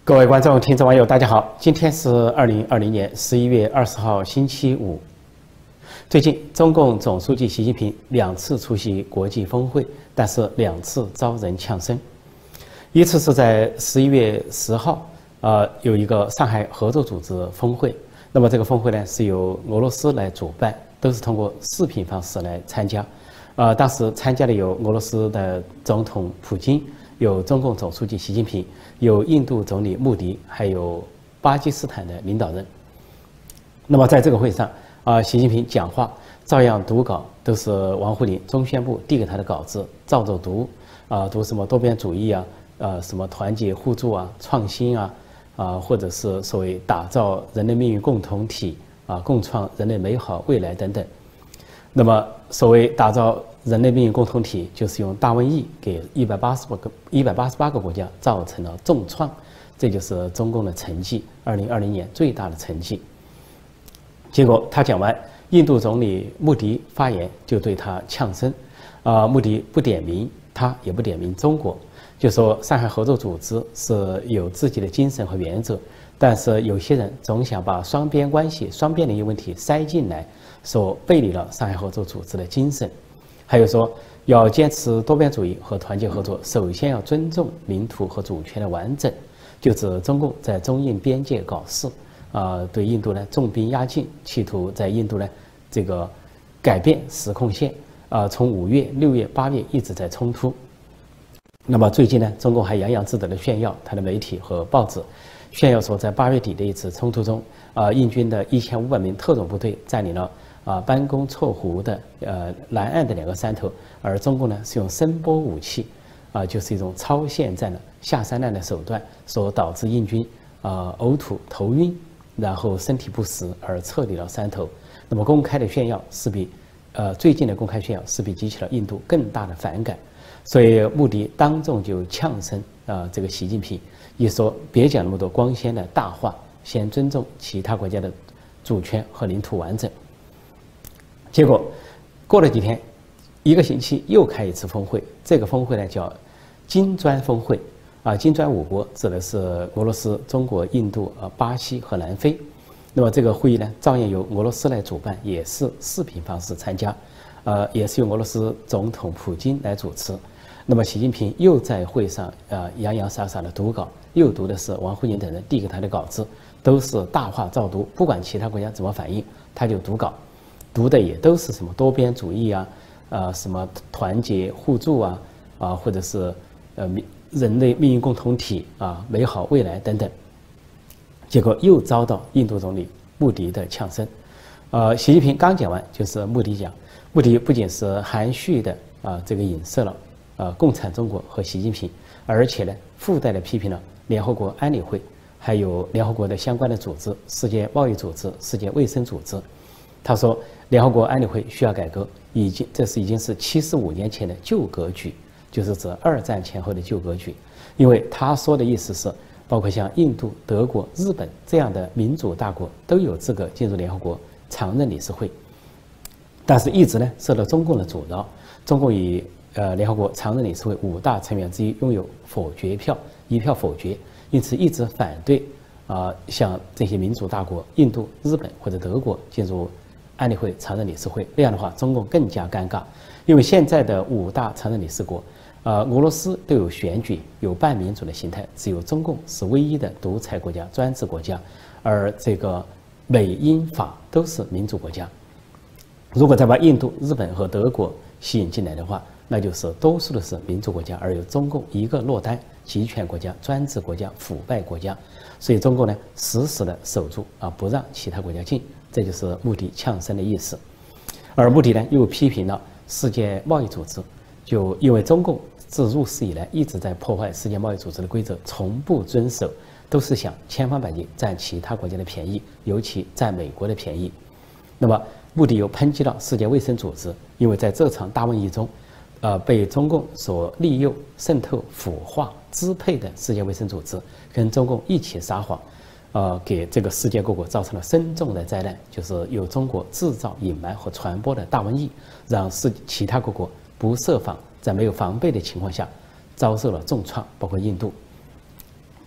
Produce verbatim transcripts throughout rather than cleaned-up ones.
各位观众、听众、网友，大家好！今天是二零二零年十一月二十号，星期五。最近，中共总书记习近平两次出席国际峰会，但是两次遭人呛声。一次是在十一月十号，呃，有一个上海合作组织峰会。那么这个峰会呢，是由俄罗斯来主办，都是通过视频方式来参加。呃，当时参加的有俄罗斯的总统普京，有中共总书记习近平，有印度总理莫迪，还有巴基斯坦的领导人。那么在这个会上，啊、呃，习近平讲话照样读稿，都是王沪宁、中宣部递给他的稿子，照着读，啊、呃，读什么多边主义啊，呃，什么团结互助啊、创新啊，啊、呃，或者是所谓打造人类命运共同体啊、呃，共创人类美好未来等等。那么，所谓打造人类命运共同体，就是用大瘟疫给一百八十八个一百八十八个国家造成了重创，这就是中共的成绩，二零二零年最大的成绩。结果他讲完，印度总理莫迪发言就对他呛声，啊、呃，莫迪不点名他，也不点名中国，就说上海合作组织是有自己的精神和原则，但是有些人总想把双边关系、双边的一个问题塞进来，说背离了上海合作组织的精神。还有说要坚持多边主义和团结合作，首先要尊重领土和主权的完整。就指中共在中印边界搞事，啊、呃，对印度呢重兵压境，企图在印度呢这个改变实控线。啊、呃，从五月、六月、八月一直在冲突。那么最近呢，中共还洋洋自得的炫耀，他的媒体和报纸炫耀说，在八月底的一次冲突中，啊、呃，印军的一千五百名特种部队占领了。啊，班公错湖的呃南岸的两个山头，而中共呢是用声波武器，啊、呃，就是一种超限战的下三滥的手段，所导致印军啊、呃、呕吐、头晕，然后身体不适而撤离了山头。那么公开的炫耀势必，呃最近的公开炫耀势必激起了印度更大的反感，所以莫迪当众就呛声啊、呃、这个习近平，一说别讲那么多光鲜的大话，先尊重其他国家的主权和领土完整。结果过了几天，一个星期又开一次峰会。这个峰会呢叫金砖峰会，啊，金砖五国指的是俄罗斯、中国、印度、啊巴西和南非。那么这个会议呢，照样由俄罗斯来主办，也是视频方式参加，呃，也是由俄罗斯总统普京来主持。那么习近平又在会上呃洋洋洒洒的读稿，又读的是王沪宁等人递给他的稿子，都是大话照读，不管其他国家怎么反应，他就读稿。读的也都是什么多边主义啊，呃，什么团结互助啊，啊，或者是呃人类命运共同体啊，美好未来等等。结果又遭到印度总理莫迪的呛声。呃，习近平刚讲完，就是莫迪讲，莫迪不仅是含蓄的啊这个影射了呃共产中国和习近平，而且呢附带的批评了联合国安理会，还有联合国的相关的组织，世界贸易组织、世界卫生组织。他说，联合国安理会需要改革，已经这是已经是七十五年前的旧格局，就是指二战前后的旧格局。因为他说的意思是，包括像印度、德国、日本这样的民主大国都有资格进入联合国常任理事会，但是一直呢受到中共的阻挠。中共以呃联合国常任理事会五大成员之一拥有否决票，一票否决，因此一直反对啊、呃、像这些民主大国印度、日本或者德国进入安理会常任理事会。那样的话，中共更加尴尬，因为现在的五大常任理事国，呃，俄罗斯都有选举，有半民主的形态，只有中共是唯一的独裁国家、专制国家，而这个美、英、法都是民主国家。如果再把印度、日本和德国吸引进来的话，那就是多数的是民主国家，而有中共一个落单，集权国家、专制国家、腐败国家。所以中共呢，死死的守住啊，不让其他国家进。这就是莫迪呛声的意思，而莫迪呢又批评了世界贸易组织，就因为中共自入世以来一直在破坏世界贸易组织的规则，从不遵守，都是想千方百计占其他国家的便宜，尤其占美国的便宜。那么莫迪又抨击了世界卫生组织，因为在这场大瘟疫中，呃，被中共所利诱、渗透、腐化、支配的世界卫生组织，跟中共一起撒谎。呃，给这个世界各国造成了深重的灾难，就是由中国制造、隐瞒和传播的大瘟疫，让世其他各国不设防，在没有防备的情况下，遭受了重创，包括印度。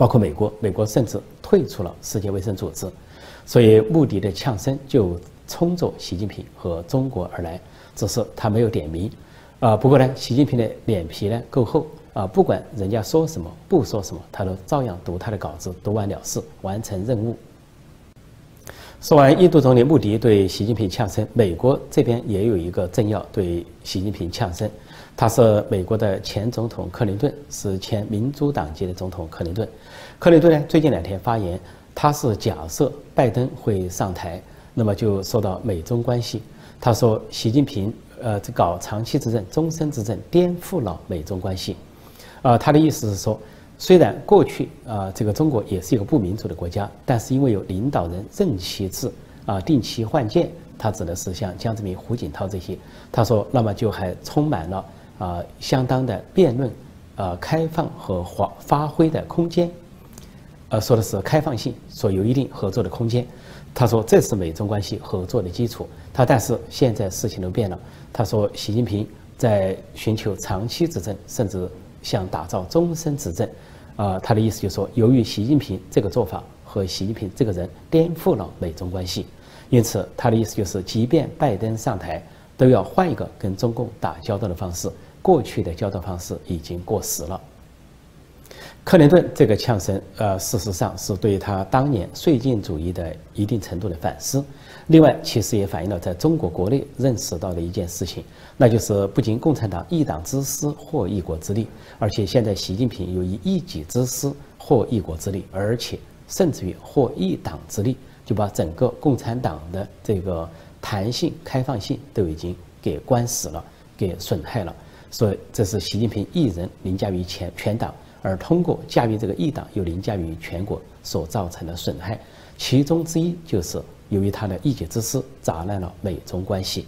包括美国，美国甚至退出了世界卫生组织。所以穆迪的呛声就冲着习近平和中国而来，只是他没有点名。啊、呃，不过呢，习近平的脸皮呢够厚啊、呃，不管人家说什么不说什么，他都照样读他的稿子，读完了事，完成任务。说完印度总理穆迪对习近平呛声，美国这边也有一个政要对习近平呛声，他是美国的前总统克林顿，是前民主党籍的总统克林顿。克林顿呢最近两天发言，他是假设拜登会上台，那么就说到美中关系，他说习近平呃搞长期执政、终身执政，颠覆了美中关系。呃，他的意思是说，虽然过去啊、呃、这个中国也是一个不民主的国家，但是因为有领导人任期制啊、呃、定期换届，他指的是像江泽民、胡锦涛这些，他说那么就还充满了啊、呃、相当的辩论、呃开放和发发挥的空间。呃，说的是开放性，说有一定合作的空间。他说这是美中关系合作的基础。他但是现在事情都变了。他说习近平在寻求长期执政，甚至想打造终身执政。啊、呃，他的意思就是说，由于习近平这个做法和习近平这个人颠覆了美中关系，因此他的意思就是，即便拜登上台，都要换一个跟中共打交道的方式。过去的交道方式已经过时了。克林顿这个呛声，呃，事实上是对他当年绥靖主义的一定程度的反思。另外，其实也反映了在中国国内认识到的一件事情，那就是不仅共产党一党之私获一国之利，而且现在习近平又以一己之私获一国之利，而且甚至于获一党之利，就把整个共产党的这个弹性、开放性都已经给关死了，给损害了。所以，这是习近平一人凌驾于全全党。而通过驾驭这个一党又凌驾于全国所造成的损害，其中之一就是由于他的一己之私砸烂了美中关系。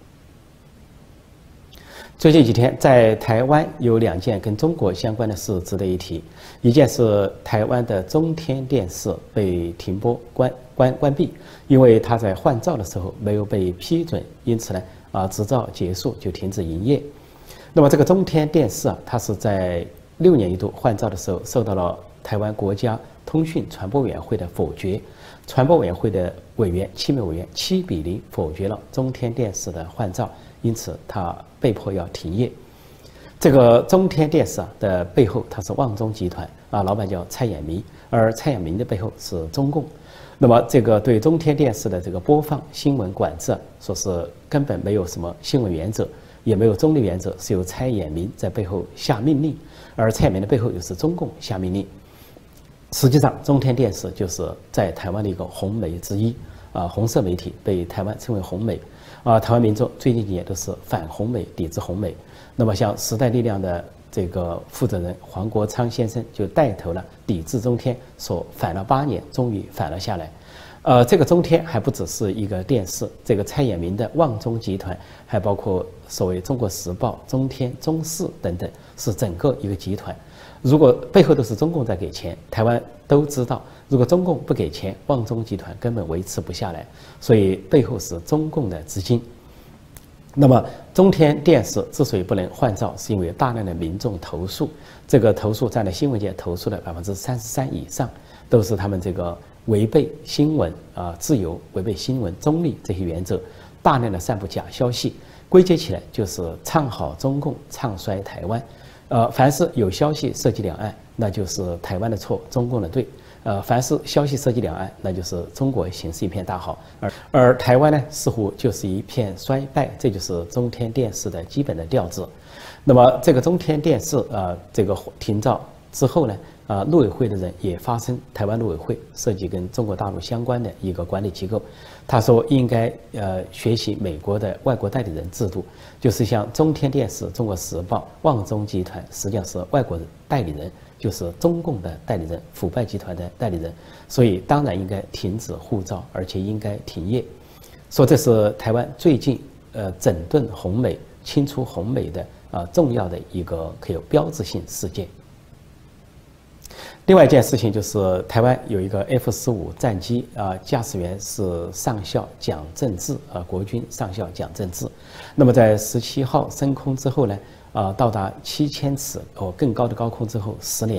最近几天，在台湾有两件跟中国相关的事值得一提，一件是台湾的中天电视被停播关关关闭，因为他在换照的时候没有被批准，因此呢，啊执照结束就停止营业。那么这个中天电视啊，它是在六年一度换照的时候，受到了台湾国家通讯传播委员会的否决。传播委员会的委员七名委员七比零否决了中天电视的换照，因此它被迫要停业。这个中天电视啊的背后，它是旺中集团啊，老板叫蔡衍明，而蔡衍明的背后是中共。那么这个对中天电视的这个播放新闻管制，说是根本没有什么新闻原则，也没有中立原则，是由蔡衍明在背后下命令。而蔡衍明的背后又是中共下命令。实际上，中天电视就是在台湾的一个红媒之一啊，红色媒体被台湾称为红媒啊。台湾民众最近几年都是反红媒、抵制红媒。那么，像时代力量的这个负责人黄国昌先生就带头了抵制中天，说反了八年，终于反了下来。呃，这个中天还不只是一个电视，这个蔡衍明的旺中集团还包括所谓《中国时报》、中天、中视等等，是整个一个集团。如果背后都是中共在给钱，台湾都知道，如果中共不给钱，旺中集团根本维持不下来，所以背后是中共的资金。那么中天电视之所以不能换照，是因为大量的民众投诉，这个投诉占了新闻界投诉的百分之三十三以上，都是他们这个违背新闻啊、呃、自由、违背新闻中立这些原则，大量的散布假消息，归结起来就是唱好中共，唱衰台湾。呃，凡是有消息涉及两岸，那就是台湾的错，中共的对。呃，凡是消息涉及两岸，那就是中国形势一片大好，而而台湾呢，似乎就是一片衰败，这就是中天电视的基本的调子。那么这个中天电视呃，这个停照之后呢，啊、呃，陆委会的人也发声，台湾陆委会涉及跟中国大陆相关的一个管理机构，他说应该呃学习美国的外国代理人制度，就是像中天电视、中国时报、旺中集团，实际上是外国代理人。就是中共的代理人，腐败集团的代理人，所以当然应该停止护照，而且应该停业。说这是台湾最近呃整顿红媒、清除红媒的啊、呃、重要的一个可有标志性事件。另外一件事情就是台湾有一个 F 十五战机啊，驾驶员是上校蒋正治啊，国军上校蒋正治。那么在十七号升空之后呢？啊，到达七千尺或更高的高空之后，十年，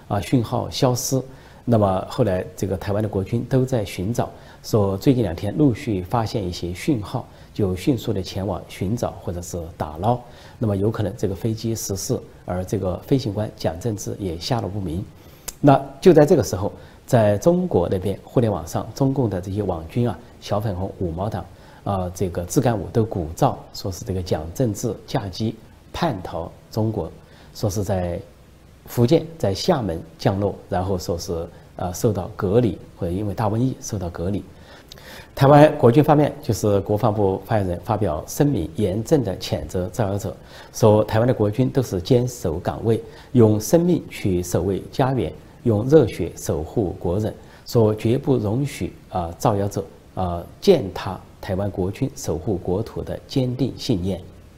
啊讯号消失。那么后来这个台湾的国军都在寻找，说最近两天陆续发现一些讯号，就迅速的前往寻找或者是打捞。那么有可能这个飞机失事，而这个飞行官蒋正治也下落不明。那就在这个时候，在中国那边互联网上，中共的这些网军啊，小粉红、五毛党啊，这个自干五都鼓噪，说是这个蒋正治驾机叛逃中国，说是在福建在厦门降落，然后说是呃受到隔离，或者因为大瘟疫受到隔离。台湾国军方面就是国防部发言人发表声明，严正的谴责造谣者，说台湾的国军都是坚守岗位，用生命去守卫家园，用热血守护国人，说绝不容许啊、呃、造谣者啊、呃、践踏台湾国军守护国土的坚定信念。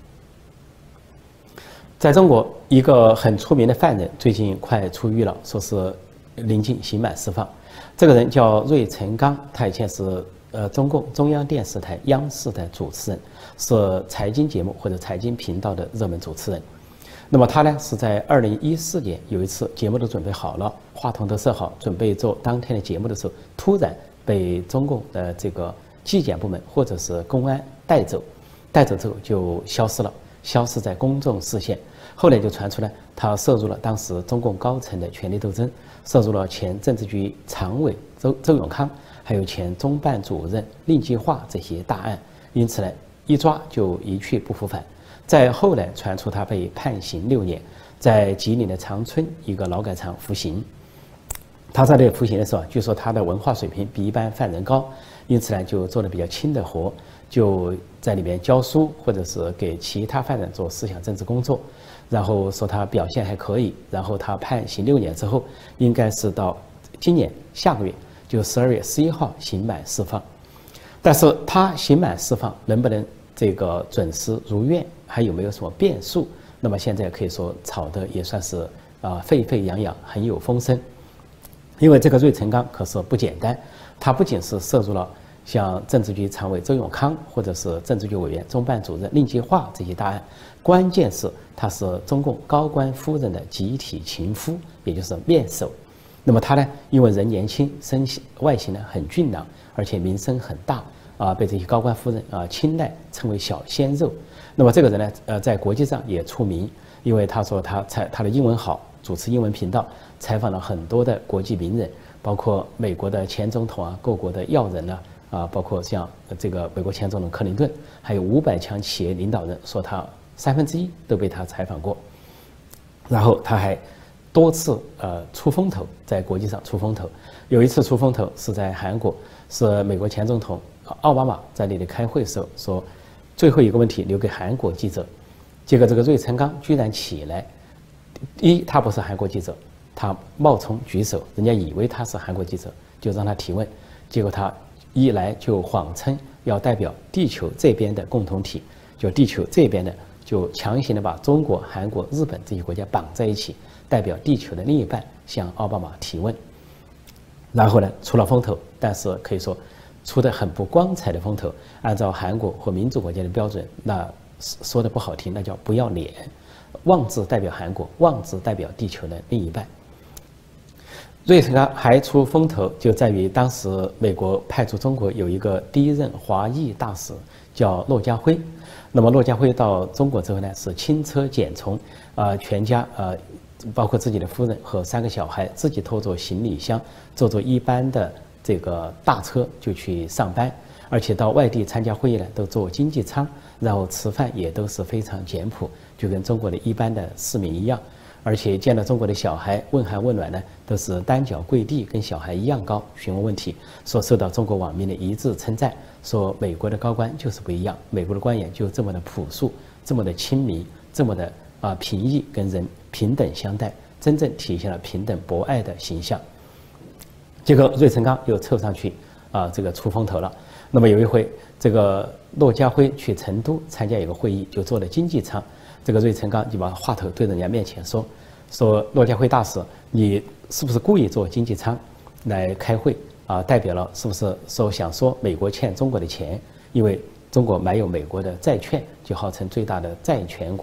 在中国，一个很出名的犯人最近快出狱了，说是临近刑满释放。这个人叫芮成钢，他以前是呃中共中央电视台央视的主持人，是财经节目或者财经频道的热门主持人。那么他呢是在二零一四年有一次节目都准备好了，话筒都设好，准备做当天的节目的时候，突然被中共的这个纪检部门或者是公安带走，带走之后就消失了。消失在公众视线，后来就传出来，他涉入了当时中共高层的权力斗争，涉入了前政治局常委周周永康，还有前中办主任令计划这些大案，因此呢，一抓就一去不复返。再后来传出他被判刑六年，在吉林的长春一个劳改场服刑。他在这里服刑的时候，据说他的文化水平比一般犯人高，因此呢，就做的比较轻的活。就在里面教书，或者是给其他犯人做思想政治工作，然后说他表现还可以，然后他判刑六年之后，应该是到今年下个月，就十二月十一号刑满释放。但是他刑满释放能不能这个准时如愿，还有没有什么变数？那么现在可以说炒得也算是啊沸沸扬扬，很有风声。因为这个芮成钢可是不简单，他不仅是涉入了像政治局常委周永康，或者是政治局委员、中办主任令计划这些大案，关键是他是中共高官夫人的集体情夫，也就是面首。那么他呢，因为人年轻，身形外形呢很俊朗，而且名声很大啊，被这些高官夫人啊青睐，称为小鲜肉。那么这个人呢，呃，在国际上也出名，因为他说他采他的英文好，主持英文频道，采访了很多的国际名人，包括美国的前总统啊，各国的要人呢。啊，包括像这个美国前总统克林顿，还有五百强企业领导人，说他三分之一都被他采访过。然后他还多次呃出风头，在国际上出风头。有一次出风头是在韩国，是美国前总统奥巴马在那里开会的时候说，最后一个问题留给韩国记者。结果这个芮成钢居然起来，一他不是韩国记者，他冒充举手，人家以为他是韩国记者，就让他提问，结果他一来就谎称要代表地球这边的共同体，就地球这边的，就强行的把中国、韩国、日本这些国家绑在一起，代表地球的另一半向奥巴马提问。然后呢，出了风头，但是可以说出的很不光彩的风头。按照韩国或民主国家的标准，那说的不好听，那叫不要脸，妄自代表韩国，妄自代表地球的另一半。芮成钢还出风头，就在于当时美国派驻中国有一个第一任华裔大使叫骆家辉。那么骆家辉到中国之后呢，是轻车简从，啊、呃，全家呃，包括自己的夫人和三个小孩，自己拖着行李箱，坐着一般的这个大车就去上班，而且到外地参加会议呢，都坐经济舱，然后吃饭也都是非常简朴，就跟中国的一般的市民一样。而且见到中国的小孩问寒问暖呢，都是单脚跪地，跟小孩一样高，询问问题，说受到中国网民的一致称赞，说美国的高官就是不一样，美国的官员就这么的朴素，这么的亲民，这么的啊、呃、平易，跟人平等相待，真正体现了平等博爱的形象。结果芮成钢又凑上去啊、呃，这个出风头了。那么有一回，这个骆家辉去成都参加一个会议，就坐了经济舱。这个芮成钢就把话头对着人家面前说：“说骆家辉大使，你是不是故意坐经济舱来开会啊？代表了是不是说想说美国欠中国的钱？因为中国买有美国的债券，就号称最大的债权国，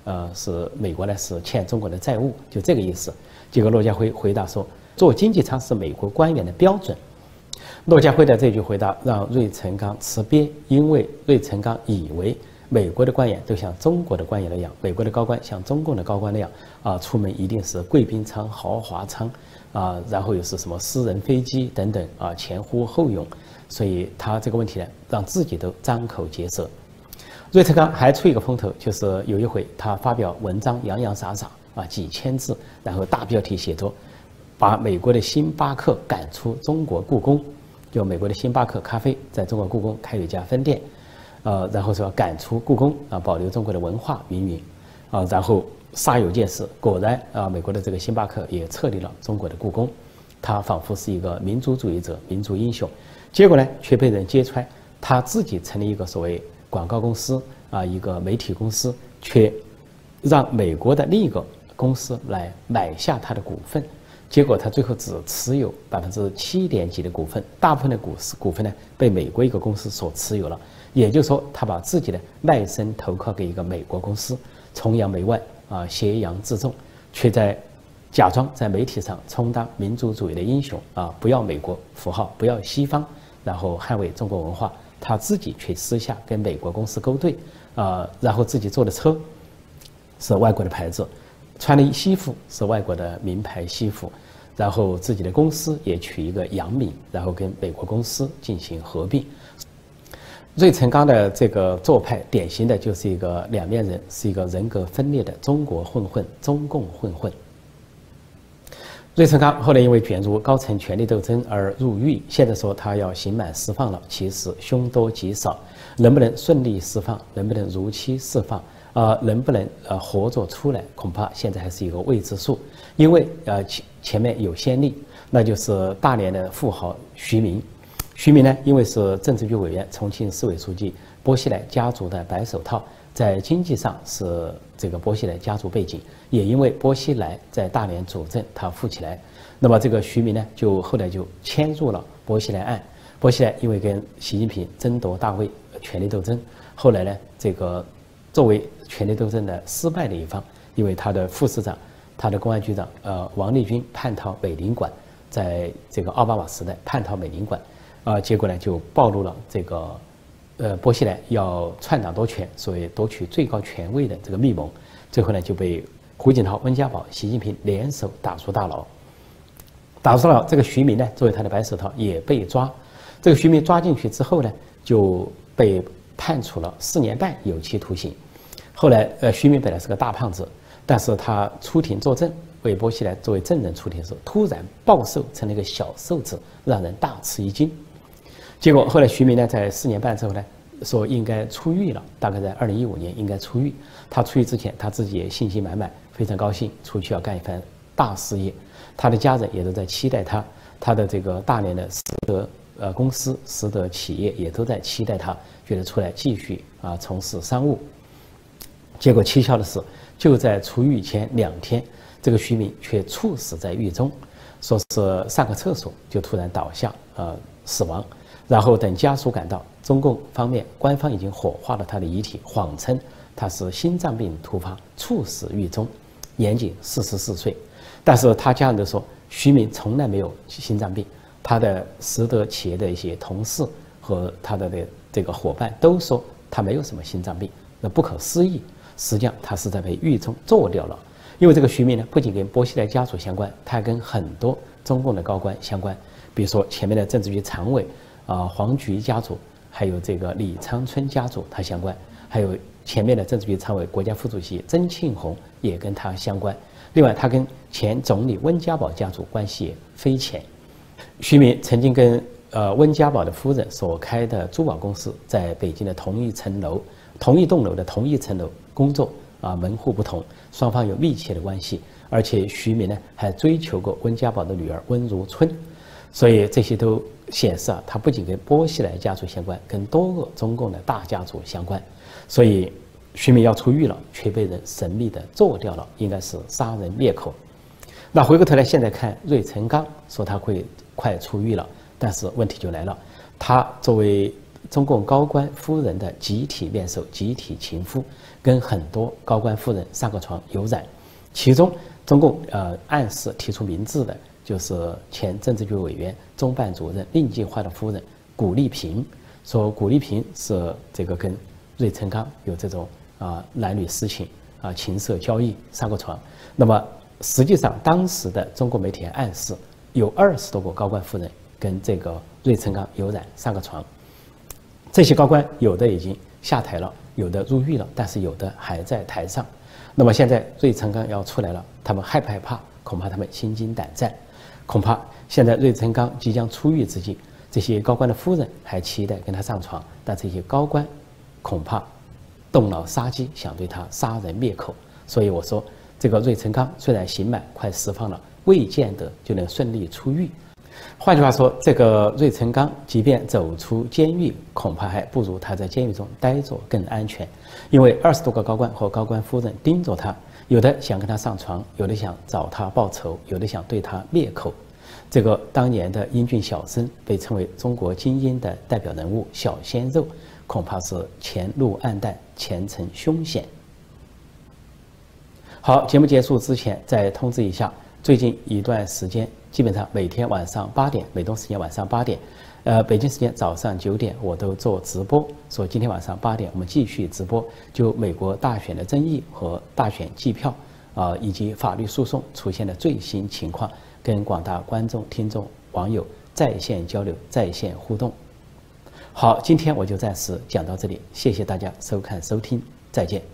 呃，是美国呢是欠中国的债务，就这个意思。结果骆家辉回答说，做经济舱是美国官员的标准。骆家辉的这句回答让芮成钢吃瘪，因为芮成钢以为美国的官员都像中国的官员那样，美国的高官像中共的高官那样啊，出门一定是贵宾舱、豪华舱啊，然后又是什么私人飞机等等啊，前呼后拥。所以他这个问题呢，让自己都张口结舌。芮成钢还出一个风头，就是有一回他发表文章洋洋洒洒啊几千字，然后大标题写作把美国的星巴克赶出中国故宫，就美国的星巴克咖啡在中国故宫开了一家分店，呃，然后说赶出故宫啊，保留中国的文化云云啊，然后煞有介事，果然啊，美国的这个星巴克也撤离了中国的故宫，他仿佛是一个民族主义者、民族英雄。结果呢，却被人揭穿，他自己成立一个所谓广告公司啊，一个媒体公司，却让美国的另一个公司来买下他的股份。结果他最后只持有百分之七点几的股份，大部分的股股份呢被美国一个公司所持有了。也就是说，他把自己的卖身投靠给一个美国公司，崇洋媚外啊，挟洋自重，却在假装在媒体上充当民族主义的英雄啊，不要美国符号，不要西方。然后捍卫中国文化，他自己却私下跟美国公司勾兑，啊、呃，然后自己坐的车是外国的牌子，穿的西服是外国的名牌西服，然后自己的公司也取一个洋名，然后跟美国公司进行合并。芮成钢的这个做派，典型的就是一个两面人，是一个人格分裂的中国混混、中共混混。芮成钢后来因为卷入高层权力斗争而入狱，现在说他要刑满释放了，其实凶多吉少。能不能顺利释放，能不能如期释放，啊、呃，能不能呃活着出来，恐怕现在还是一个未知数。因为呃前前面有先例，那就是大连的富豪徐明。徐明呢，因为是政治局委员、重庆市委书记薄熙来家族的白手套，在经济上是这个薄熙来家族背景，也因为薄熙来在大连主政，他富起来，那么这个徐明呢，就后来就牵入了薄熙来案。薄熙来因为跟习近平争夺大位，权力斗争，后来呢，这个作为权力斗争的失败的一方，因为他的副市长、他的公安局长呃王立军叛逃美领馆，在这个奥巴马时代叛逃美领馆，啊、呃，结果呢就暴露了这个。呃，薄熙来要篡党夺权，所谓夺取最高权位的这个密谋，最后呢就被胡锦涛、温家宝、习近平联手打入大牢。打入大牢，这个徐明呢，作为他的白手套也被抓。这个徐明抓进去之后呢，就被判处了四年半有期徒刑。后来，呃，徐明本来是个大胖子，但是他出庭作证，为薄熙来作为证人出庭的时候，突然暴瘦成了一个小瘦子，让人大吃一惊。结果后来徐明呢，在四年半之后呢，说应该出狱了，大概在二零一五年应该出狱。他出狱之前，他自己也信心满满，非常高兴，出去要干一番大事业。他的家人也都在期待他，他的这个大连的实德呃公司、实德企业也都在期待他，觉得出来继续啊从事商务。结果蹊跷的是，就在出狱前两天，这个徐明却猝死在狱中，说是上个厕所就突然倒下，呃死亡。然后等家属赶到，中共方面官方已经火化了他的遗体，谎称他是心脏病突发猝死狱中，年仅四十四岁。但是他家人都说，徐明从来没有心脏病。他的实德企业的一些同事和他的这个伙伴都说他没有什么心脏病，那不可思议。实际上他是在被狱中做掉了。因为这个徐明呢，不仅跟薄熙来家族相关，他还跟很多中共的高官相关，比如说前面的政治局常委。啊，黄菊家族，还有这个李长春家族，他相关；还有前面的政治局常委、国家副主席曾庆红也跟他相关。另外，他跟前总理温家宝家族关系也匪浅。徐明曾经跟呃温家宝的夫人所开的珠宝公司在北京的同一层楼、同一栋楼的同一层楼工作，啊，门户不同，双方有密切的关系。而且徐明呢还追求过温家宝的女儿温如春。所以这些都显示啊，他不仅跟薄熙来家族相关，跟多个中共的大家族相关。所以徐明要出狱了，却被人神秘的做掉了，应该是杀人灭口。那回过头来，现在看芮成钢说他会快出狱了，但是问题就来了，他作为中共高官夫人的集体面首、集体情夫，跟很多高官夫人上过床有染。其中，中共呃暗示提出名字的就是前政治局委员、中办主任令计划的夫人古丽萍，说古丽萍是这个跟芮成钢有这种啊男女私情啊情色交易上过床。那么实际上当时的中国媒体暗示有二十多个高官夫人跟这个芮成钢有染上过床。这些高官有的已经下台了，有的入狱了，但是有的还在台上。那么现在芮成钢要出来了，他们害不害怕？恐怕他们心惊胆战。恐怕现在芮成钢即将出狱之际，这些高官的夫人还期待跟他上床，但这些高官恐怕动了杀机，想对他杀人灭口。所以我说，这个芮成钢虽然刑满快释放了，未见得就能顺利出狱。换句话说，这个芮成钢即便走出监狱，恐怕还不如他在监狱中待着更安全，因为二十多个高官和高官夫人盯着他，有的想跟他上床，有的想找他报仇，有的想对他灭口。这个当年的英俊小生，被称为中国精英的代表人物小鲜肉，恐怕是前路暗淡，前程凶险。好，节目结束之前再通知一下，最近一段时间基本上每天晚上八点，美东时间晚上八点，呃，北京时间早上九点，我都做直播。说今天晚上八点我们继续直播，就美国大选的争议和大选计票啊、呃，以及法律诉讼出现的最新情况，跟广大观众、听众、网友在线交流、在线互动。好，今天我就暂时讲到这里，谢谢大家收看收听，再见。